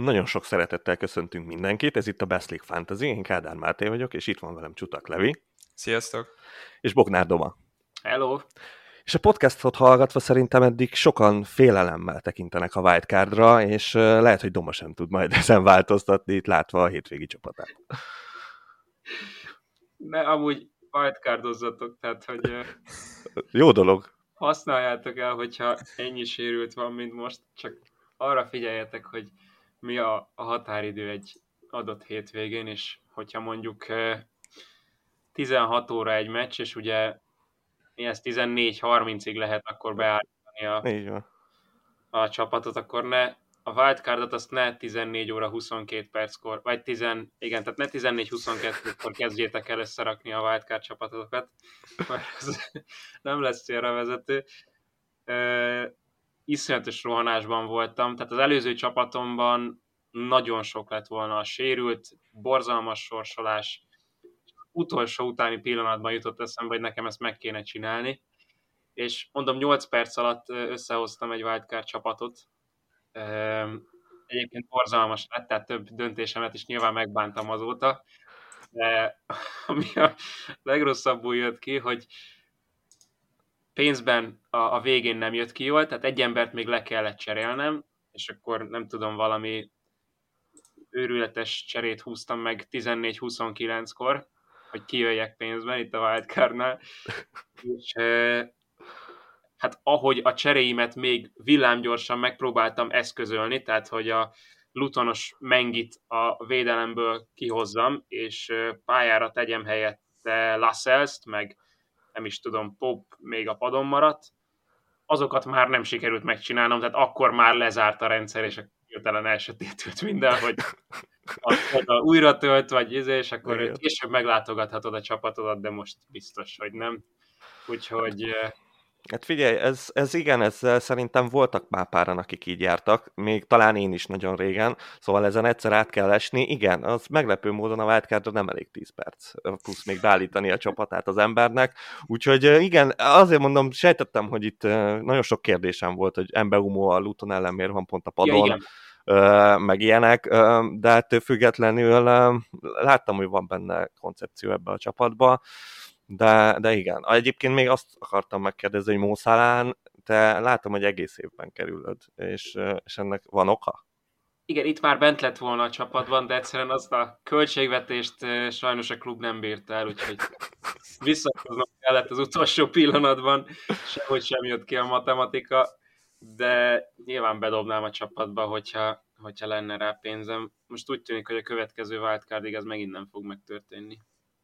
Nagyon sok szeretettel köszöntünk mindenkit, ez itt a Best League Fantasy, én Kádár Máté vagyok, és itt van velem Csutak Levi. Sziasztok! És Bognár Doma. Hello! És a podcastot hallgatva szerintem eddig sokan félelemmel tekintenek a wildcardra, és lehet, hogy Doma sem tud majd ezen változtatni, itt látva a hétvégi csapatát. Ne, amúgy wildcardozzatok, tehát hogy Jó dolog. használjátok el, hogyha ennyi sérült van, mint most, csak arra figyeljetek, hogy mi a határidő egy adott hétvégén, és hogyha mondjuk 16 óra egy meccs, és ugye mi ezt 14:30-ig lehet akkor beállítani a csapatot, akkor a wildcardot azt ne 14 óra 22 perckor, vagy tehát ne 14-22-kor kezdjétek el összerakni a wildcard csapatokat, mert ez nem lesz célra vezető. Iszonyatos rohanásban voltam, tehát az előző csapatomban nagyon sok lett volna a sérült, borzalmas sorsolás, utolsó utáni pillanatban jutott eszembe, hogy nekem ezt meg kéne csinálni, és mondom, 8 perc alatt összehoztam egy wildcard csapatot. Egyébként borzalmas lett, tehát több döntésemet is nyilván megbántam azóta, de ami a legrosszabbul jött ki, hogy pénzben a végén nem jött ki jól, tehát egy embert még le kellett cserélnem, és akkor nem tudom, valami őrületes cserét húztam meg 14-29-kor, hogy kijöjjek pénzben itt a wildcardnál, és hát ahogy a cseréimet még villámgyorsan megpróbáltam eszközölni, tehát hogy a Lutonos Mengit a védelemből kihozzam, és pályára tegyem helyette Lascelles-t, meg nem is tudom, Pope még a padon maradt, azokat már nem sikerült megcsinálnom, tehát akkor már lezárt a rendszer, és hirtelen elsötétült minden, hogy újra tölt, vagy és akkor később meglátogathatod a csapatodat, de most biztos, hogy nem. Úgyhogy... Hát figyelj, ez igen, ezzel szerintem voltak már páran, akik így jártak, még talán én is nagyon régen, szóval ezen egyszer át kell esni. Igen, az meglepő módon a wildcardra nem elég 10 perc, plusz még beállítani a csapatát az embernek. Úgyhogy igen, azért mondom, sejtettem, hogy itt nagyon sok kérdésem volt, hogy Mbeumo a Luton ellen miért van pont a padon, meg ilyenek, de ettől függetlenül láttam, hogy van benne koncepció ebbe a csapatba. De igen. Egyébként még azt akartam megkérdezni, hogy Mo Salahn, te látom, hogy egész évben kerülöd, és ennek van oka? Igen, itt már bent lett volna a csapatban, de egyszerűen azt a költségvetést sajnos a klub nem bírta el, úgyhogy visszakoznom kellett az utolsó pillanatban, sehogy sem jött ki a matematika, de nyilván bedobnám a csapatba, hogyha lenne rá pénzem. Most úgy tűnik, hogy a következő wildcardig ez megint nem fog megtörténni.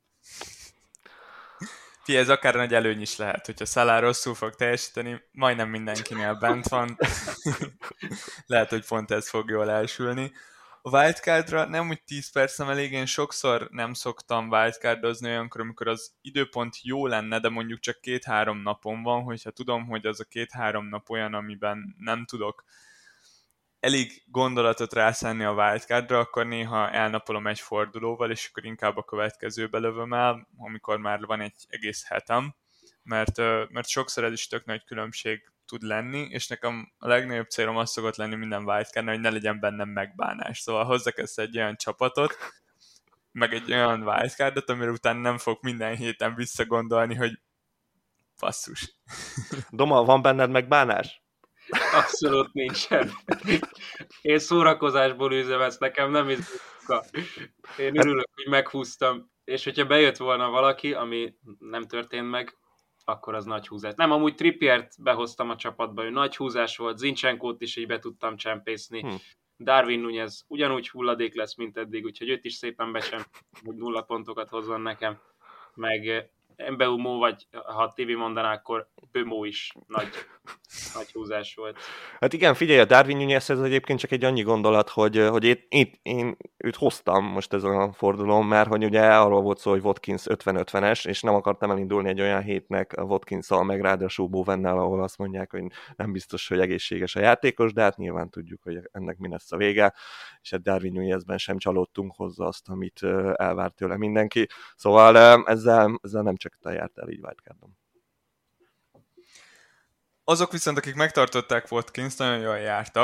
Ez akár nagy előny is lehet, hogyha Salah rosszul fog teljesíteni, majdnem mindenkinél bent van. Lehet, hogy pont ez fog jól elsülni. A wildcardra nem úgy 10 perc nem elég, én sokszor nem szoktam wildcardozni olyankor, amikor az időpont jó lenne, de mondjuk csak 2-3 napon van, hogyha tudom, hogy az a 2-3 nap olyan, amiben nem tudok elég gondolatot rászánni a wildcardra, akkor néha elnapolom egy fordulóval, és akkor inkább a következőbe lövöm el, amikor már van egy egész hetem, mert sokszor ez is tök nagy különbség tud lenni, és nekem a legnagyobb célom az szokott lenni minden wildcardnál, hogy ne legyen bennem megbánás. Szóval hozzak ezt egy olyan csapatot, meg egy olyan wildcardot, amire utána nem fog minden héten visszagondolni, hogy basszus. Doma, van benned megbánás? Abszolút nincsen. Én szórakozásból üzem ezt, nekem nem izgalma. Én örülök, hogy meghúztam, és hogyha bejött volna valaki, ami nem történt meg, akkor az nagy húzás. Nem, amúgy Trippiert behoztam a csapatba, ő nagy húzás volt, Zincsenkót is így be tudtam csempészni, Darwin Núñez ugyanúgy hulladék lesz, mint eddig, úgyhogy őt is szépen becsempészni, hogy 0 pontokat hozzon nekem, meg Mbeumo, vagy ha TV mondaná, akkor Bömo is nagy húzás volt. Hát igen, figyelj, a Darwin Núñez ez egyébként csak egy annyi gondolat, hogy én őt hoztam most ezen a fordulón, mert hogy ugye arról volt szó, hogy Watkins 50-50-es, és nem akartam elindulni egy olyan hétnek a Watkinsszal, meg ráadásul Bowennel, ahol azt mondják, hogy nem biztos, hogy egészséges a játékos, de hát nyilván tudjuk, hogy ennek mi lesz a vége, és hát Darwin Núñezben sem csalódtunk hozzá azt, amit elvárt tőle mindenki. Szóval ezzel nem csak te jártál így wildcardon. Azok viszont, akik megtartották Watkins, nagyon jól jártak.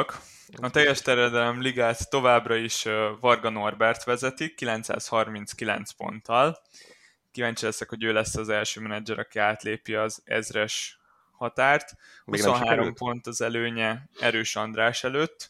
A teljes terjedelem ligát továbbra is Varga Norbert vezeti, 939 ponttal. Kíváncsi leszek, hogy ő lesz az első menedzser, aki átlépi az 1000-es határt. 23 pont az előnye Erős András előtt.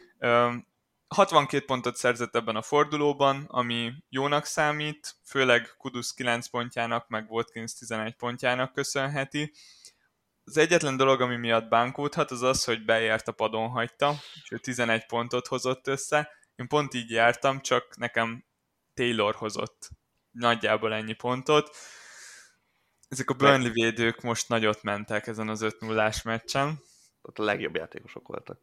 62 pontot szerzett ebben a fordulóban, ami jónak számít, főleg Kudus 9 pontjának, meg Watkins 11 pontjának köszönheti. Az egyetlen dolog, ami miatt bánkódhat, az az, hogy beért a padon hagyta, és ő 11 pontot hozott össze. Én pont így jártam, csak nekem Taylor hozott nagyjából ennyi pontot. Ezek a Burnley védők most nagyot mentek ezen az 5-0-ás meccsen. Ott a legjobb játékosok voltak.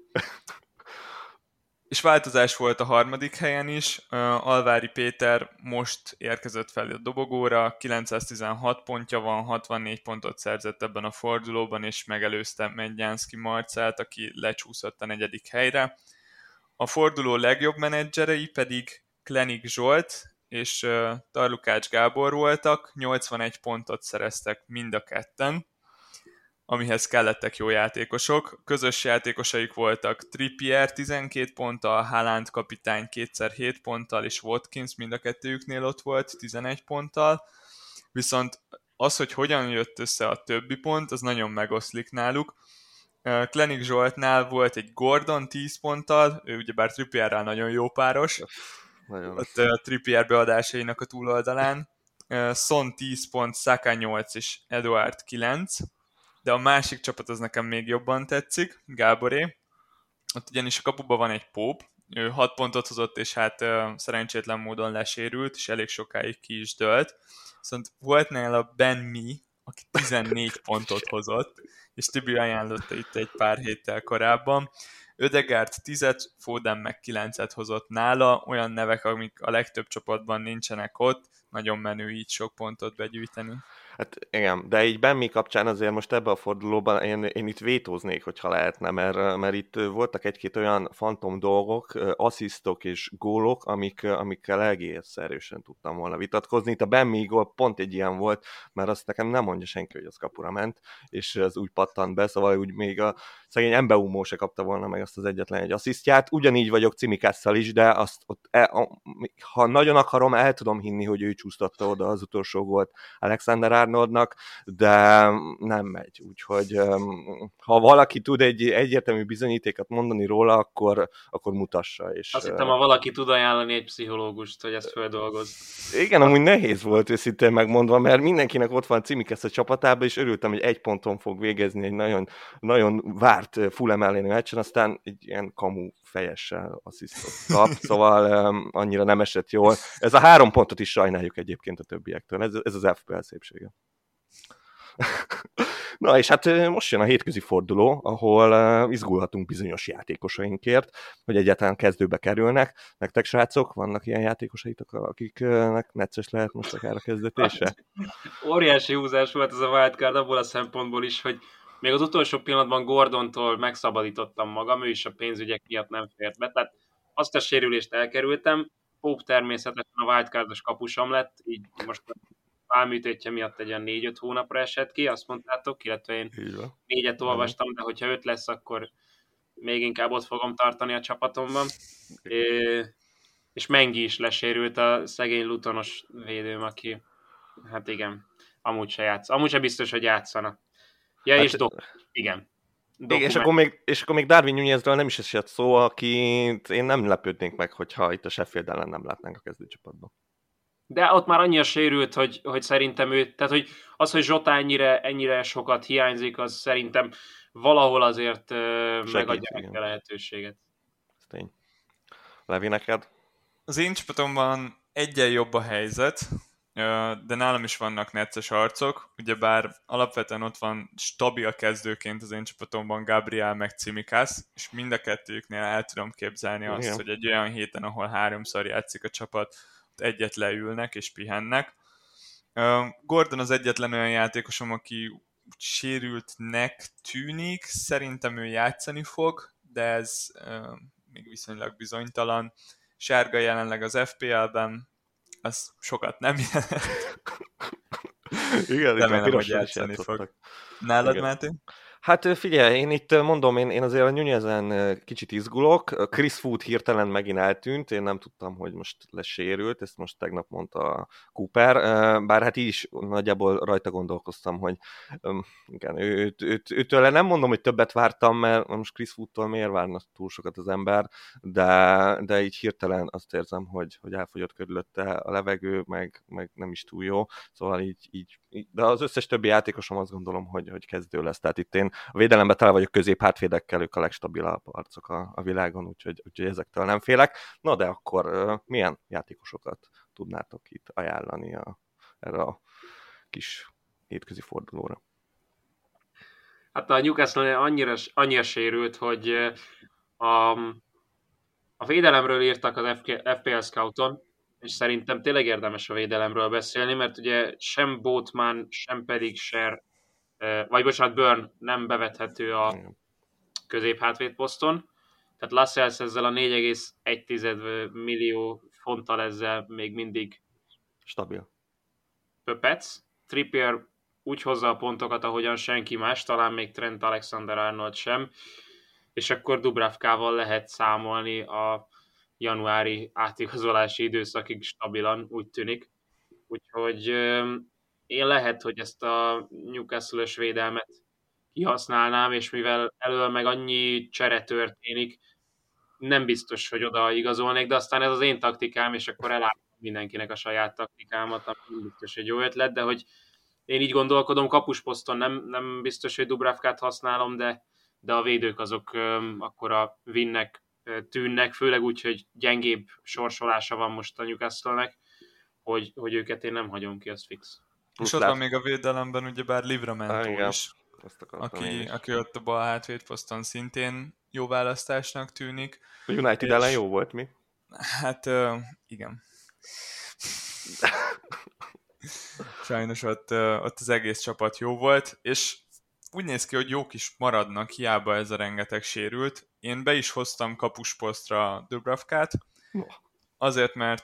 És változás volt a harmadik helyen is. Alvári Péter most érkezett fel a dobogóra, 916 pontja van, 64 pontot szerzett ebben a fordulóban, és megelőzte Medjánszky Marcelt, aki lecsúszott a 4. helyre. A forduló legjobb menedzserei pedig Klenik Zsolt és Tarlukács Gábor voltak, 81 pontot szereztek mind a ketten, amihez kellettek jó játékosok. Közös játékosaik voltak Trippier 12 ponttal, Haaland kapitány 2x7 ponttal, és Watkins mind a kettőjüknél ott volt 11 ponttal. Viszont az, hogy hogyan jött össze a többi pont, az nagyon megoszlik náluk. Klenik Zsoltnál volt egy Gordon 10 ponttal, ő ugyebár Trippierrel nagyon jó páros, ott a Trippier beadásainak a túloldalán. Son 10 pont, Saka 8 és Eduard 9. De a másik csapat az nekem még jobban tetszik, Gáboré. Ott ugyanis a kapuban van egy Pope, ő 6 pontot hozott, és hát szerencsétlen módon lesérült, és elég sokáig ki is dőlt. Viszont volt nála Ben Mee, aki 14 pontot hozott, és Tibi ajánlotta itt egy pár héttel korábban. Ödegaard 10-et, Foden meg 9-et hozott nála, olyan nevek, amik a legtöbb csapatban nincsenek ott, nagyon menő így sok pontot begyűjteni. Hát igen, de így Benmi kapcsán azért most ebben a fordulóban én itt vétóznék, hogyha lehetne, mert itt voltak egy-két olyan fantom dolgok, asszisztok és gólok, amikkel egész erősen tudtam volna vitatkozni. Itt a Benmi gól pont egy ilyen volt, mert azt nekem nem mondja senki, hogy az kapura ment, és az úgy pattant be, szóval úgy még a szegény Embeumó se kapta volna meg azt az egyetlen egy asszisztját. Ugyanígy vagyok Cimikásszal is, de azt ott ha nagyon akarom, el tudom hinni, hogy ő csúsztatta oda az utolsó gólt Alexander Arnoldnak, de nem megy. Úgyhogy ha valaki tud egy egyértelmű bizonyítékat mondani róla, akkor mutassa. És, azt hittem, ha valaki tud ajánlani egy pszichológust, hogy ezt feldolgoz. Igen, amúgy nehéz volt őszintén megmondva, mert mindenkinek ott van Cimikesz a csapatában, és örültem, hogy egy ponton fog végezni egy nagyon, nagyon várt Fulham elleni meccsen, aztán egy ilyen kamu fejessel asszisztot kap, szóval annyira nem esett jól. Ez a 3 pontot is sajnáljuk egyébként a többiektől, ez az FPL szépsége. Na és hát most jön a hétközi forduló, ahol izgulhatunk bizonyos játékosainkért, hogy egyáltalán kezdőbe kerülnek. Nektek, srácok, vannak ilyen játékosaitok, akiknek necces lehet most akár a kezdetése? Óriási húzás volt ez a wildcard abból a szempontból is, hogy még az utolsó pillanatban Gordontól megszabadítottam magam, ő is a pénzügyek miatt nem fért be, tehát azt a sérülést elkerültem, Pope természetesen a wildcardos kapusom lett, így most válműtétje miatt egy olyan 4-5 hónapra esett ki, azt mondtátok, illetve én 4-et olvastam, de hogyha 5 lesz, akkor még inkább ott fogom tartani a csapatomban. És Mengi is lesérült, a szegény Lutonos védőm, aki, hát igen, amúgy se biztos, hogy játszana. Ja, hát, és igen. És akkor még Darwin Núñezről nem is esett szó, akit én nem lepődnék meg, hogyha itt a Sheffield ellen nem látnánk a kezdőcsapatban. De ott már annyira sérült, hogy szerintem ő, tehát hogy az, hogy Zsota ennyire sokat hiányzik, az szerintem valahol azért megadja neki a lehetőséget. Ez tény. Levi, neked? Az én csapatomban egyen jobb a helyzet, de nálam is vannak necces arcok, ugyebár alapvetően ott van stabil kezdőként az én csapatomban Gabriel meg Cimikász, és mind a kettőjüknél el tudom képzelni azt, igen, hogy egy olyan héten, ahol 3-szor játszik a csapat, ott egyet leülnek és pihennek. Gordon az egyetlen olyan játékosom, aki sérültnek tűnik, szerintem ő játszani fog, de ez még viszonylag bizonytalan. Sárga jelenleg az FPL-ben, az sokat nem jelent. Igen, remélem, hogy játszani fog. Nálad, Máté? Hát figyelj, én itt mondom, én azért a Nunezen kicsit izgulok. Chris Wood hirtelen megint eltűnt, én nem tudtam, hogy most lesérült, ezt most tegnap mondta a Cooper, bár hát így is nagyjából rajta gondolkoztam, hogy igen, őtől nem mondom, hogy többet vártam, mert most Chris Woodtól miért várna túl sokat az ember, de így hirtelen azt érzem, hogy elfogyott körülötte a levegő, meg nem is túl jó, szóval így de az összes többi játékosom azt gondolom, hogy kezdő lesz. Tehát itt én a védelemben tele vagyok közép-hátvédekkel, ők a legstabilabb arcok a világon, úgyhogy ezektől nem félek. Na de akkor milyen játékosokat tudnátok itt ajánlani erre a kis hétközi fordulóra? Hát a Newcastle annyira sérült, hogy a védelemről írtak az FPL Scouton, és szerintem tényleg érdemes a védelemről beszélni, mert ugye sem Botman, sem pedig Burn nem bevethető a középhátvéd poszton. Tehát Lascelles ezzel a 4,1 millió fonttal ezzel még mindig stabil. Pöpec. Trippier úgy hozza a pontokat, ahogyan senki más, talán még Trent Alexander-Arnold sem, és akkor Dubravkával lehet számolni a januári átigazolási időszakig stabilan, úgy tűnik. Úgyhogy én lehet, hogy ezt a Newcastle-ös védelmet kihasználnám, és mivel elől meg annyi csere történik, nem biztos, hogy oda igazolnék, de aztán ez az én taktikám, és akkor elállom mindenkinek a saját taktikámat, ami nem biztos, hogy jó ötlet, de hogy én így gondolkodom, kapusposzton nem biztos, hogy Dubravkát használom, de a védők azok akkor a winnek tűnnek, főleg úgy, hogy gyengébb sorsolása van most a Newcastle-nek, hogy őket én nem hagyom ki, az fix. És ott van még a védelemben ugyebár Livramento is, aki ott a bal hátvéd poszton szintén jó választásnak tűnik. A United ellen jó volt, mi? Hát igen. Sajnos ott az egész csapat jó volt, és úgy néz ki, hogy jók is maradnak, hiába ez a rengeteg sérült. Én be is hoztam kapusposztra Dubravkát, azért, mert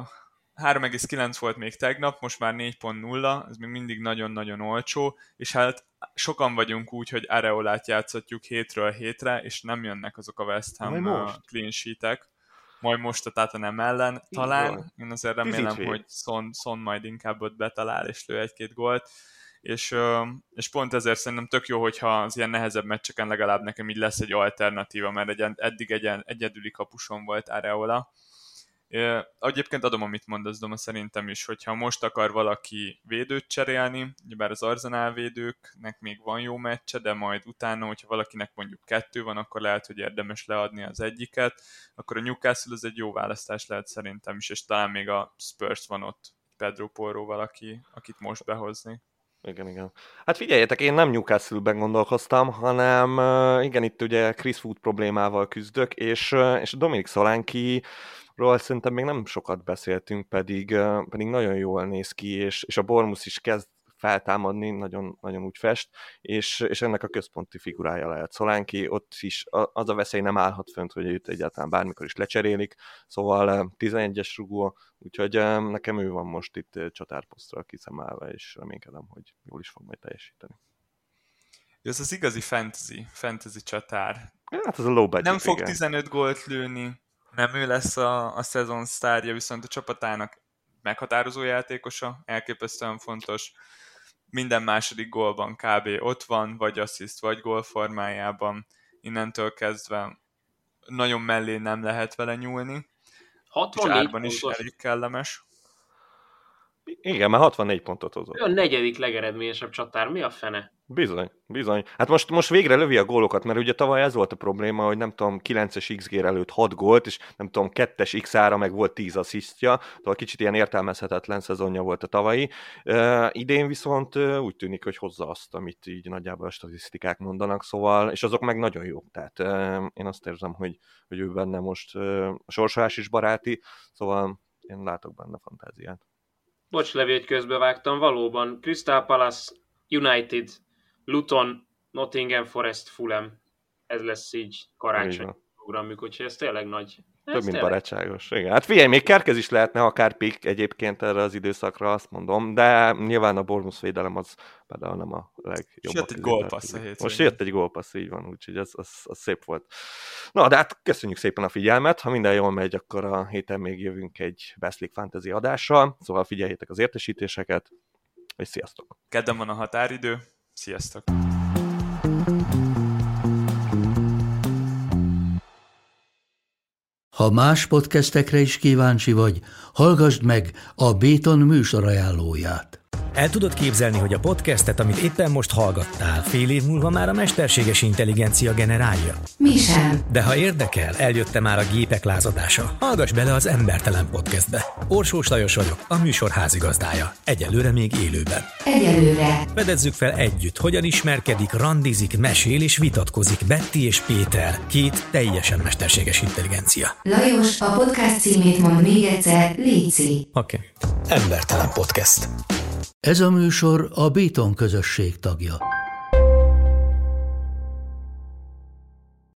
3,9 volt még tegnap, most már 4.0, ez még mindig nagyon-nagyon olcsó, és hát sokan vagyunk úgy, hogy Areolát játszatjuk hétről hétre, és nem jönnek azok a West Ham clean sheetek. Majd most a Tottenham ellen talán, én azért remélem, hogy Son majd inkább ott betalál és lő egy-két gólt, és pont ezért szerintem tök jó, hogyha az ilyen nehezebb meccseken legalább nekem így lesz egy alternatíva, mert eddig egyedüli kapusom volt Areola. Egyébként adom, amit mondasz, Doma, szerintem is, hogyha most akar valaki védőt cserélni, bár az Arsenal védőknek még van jó meccse, de majd utána, hogyha valakinek mondjuk 2 van, akkor lehet, hogy érdemes leadni az egyiket, akkor a Newcastle az egy jó választás lehet szerintem is, és talán még a Spurs van ott, Pedro Porro valaki, akit most behozni. Igen. Hát figyeljetek, én nem Newcastle-ben gondolkoztam, hanem igen, itt ugye Chris Wood problémával küzdök, és Dominic Solanke-ról szerintem még nem sokat beszéltünk, pedig nagyon jól néz ki, és a Bournemouth is kezd feltámadni, nagyon, nagyon úgy fest, és ennek a központi figurája lehet Solanke, ott is az a veszély nem állhat fönt, hogy őt egyáltalán bármikor is lecserélik, szóval 11-es rugó, úgyhogy nekem ő van most itt csatárposztra kiszemelve, és reménykedem, hogy jól is fog majd teljesíteni. Ez az igazi fantasy csatár. Hát ez a low budget, nem fog igen. 15 gólt lőni, nem ő lesz a szezon sztárja, viszont a csapatának meghatározó játékosa, elképesztően fontos. Minden második gólban kb. Ott van, vagy assziszt, vagy gól formájában. Innentől kezdve nagyon mellé nem lehet vele nyúlni. 64 és árban is elég kellemes. Igen, már 64 pontot hozott. Ő a negyedik legeredményesebb csatár, mi a fene? Bizony. Hát most végre lövi a gólokat, mert ugye tavaly ez volt a probléma, hogy nem tudom, 9-es XG-r előtt 6 gólt, és nem tudom, 2-es XA-ra meg volt 10 asszisztja, szóval kicsit ilyen értelmezhetetlen szezonja volt a tavalyi. Idén viszont úgy tűnik, hogy hozza azt, amit így nagyjából a statisztikák mondanak, szóval, és azok meg nagyon jók, tehát én azt érzem, hogy ő benne most a sorsolás is baráti, szóval én látok benne fantáziát. Bocs, Levi, hogy közbevágtam, valóban Crystal Palace, United, Luton, Nottingham Forest, Fulham. Ez lesz így karácsony programjuk, úgyhogy ez tényleg nagy. Több, mint barátságos. Igen. Hát figyelj, még Kerkez is lehetne akár pick egyébként erre az időszakra, azt mondom, de nyilván a Bournemouth védelem az például nem a legjobb. És jött egy gólpassz a hétvégén. Most jött egy gólpassz, így van, úgyhogy az szép volt. Na, de hát köszönjük szépen a figyelmet, ha minden jól megy, akkor a héten még jövünk egy Best League Fantasy adással, szóval figyeljétek az értesítéseket, és sziasztok! Kedden van a határidő, sziasztok! Ha más podcastekre is kíváncsi vagy, hallgassd meg a Béton műsor ajánlóját. El tudod képzelni, hogy a podcastet, amit éppen most hallgattál, fél év múlva már a mesterséges intelligencia generálja? Mi sem. De ha érdekel, eljött már a gépek lázadása. Hallgass bele az Embertelen podcastbe. Orsós Lajos vagyok, a műsor házigazdája. Egyelőre még élőben. Egyelőre. Fedezzük fel együtt, hogyan ismerkedik, randizik, mesél és vitatkozik Betty és Péter, két teljesen mesterséges intelligencia. Lajos, a podcast címét mond még egyszer, léci. Oké. Embertelen podcast. Ez a műsor a Béton közösség tagja.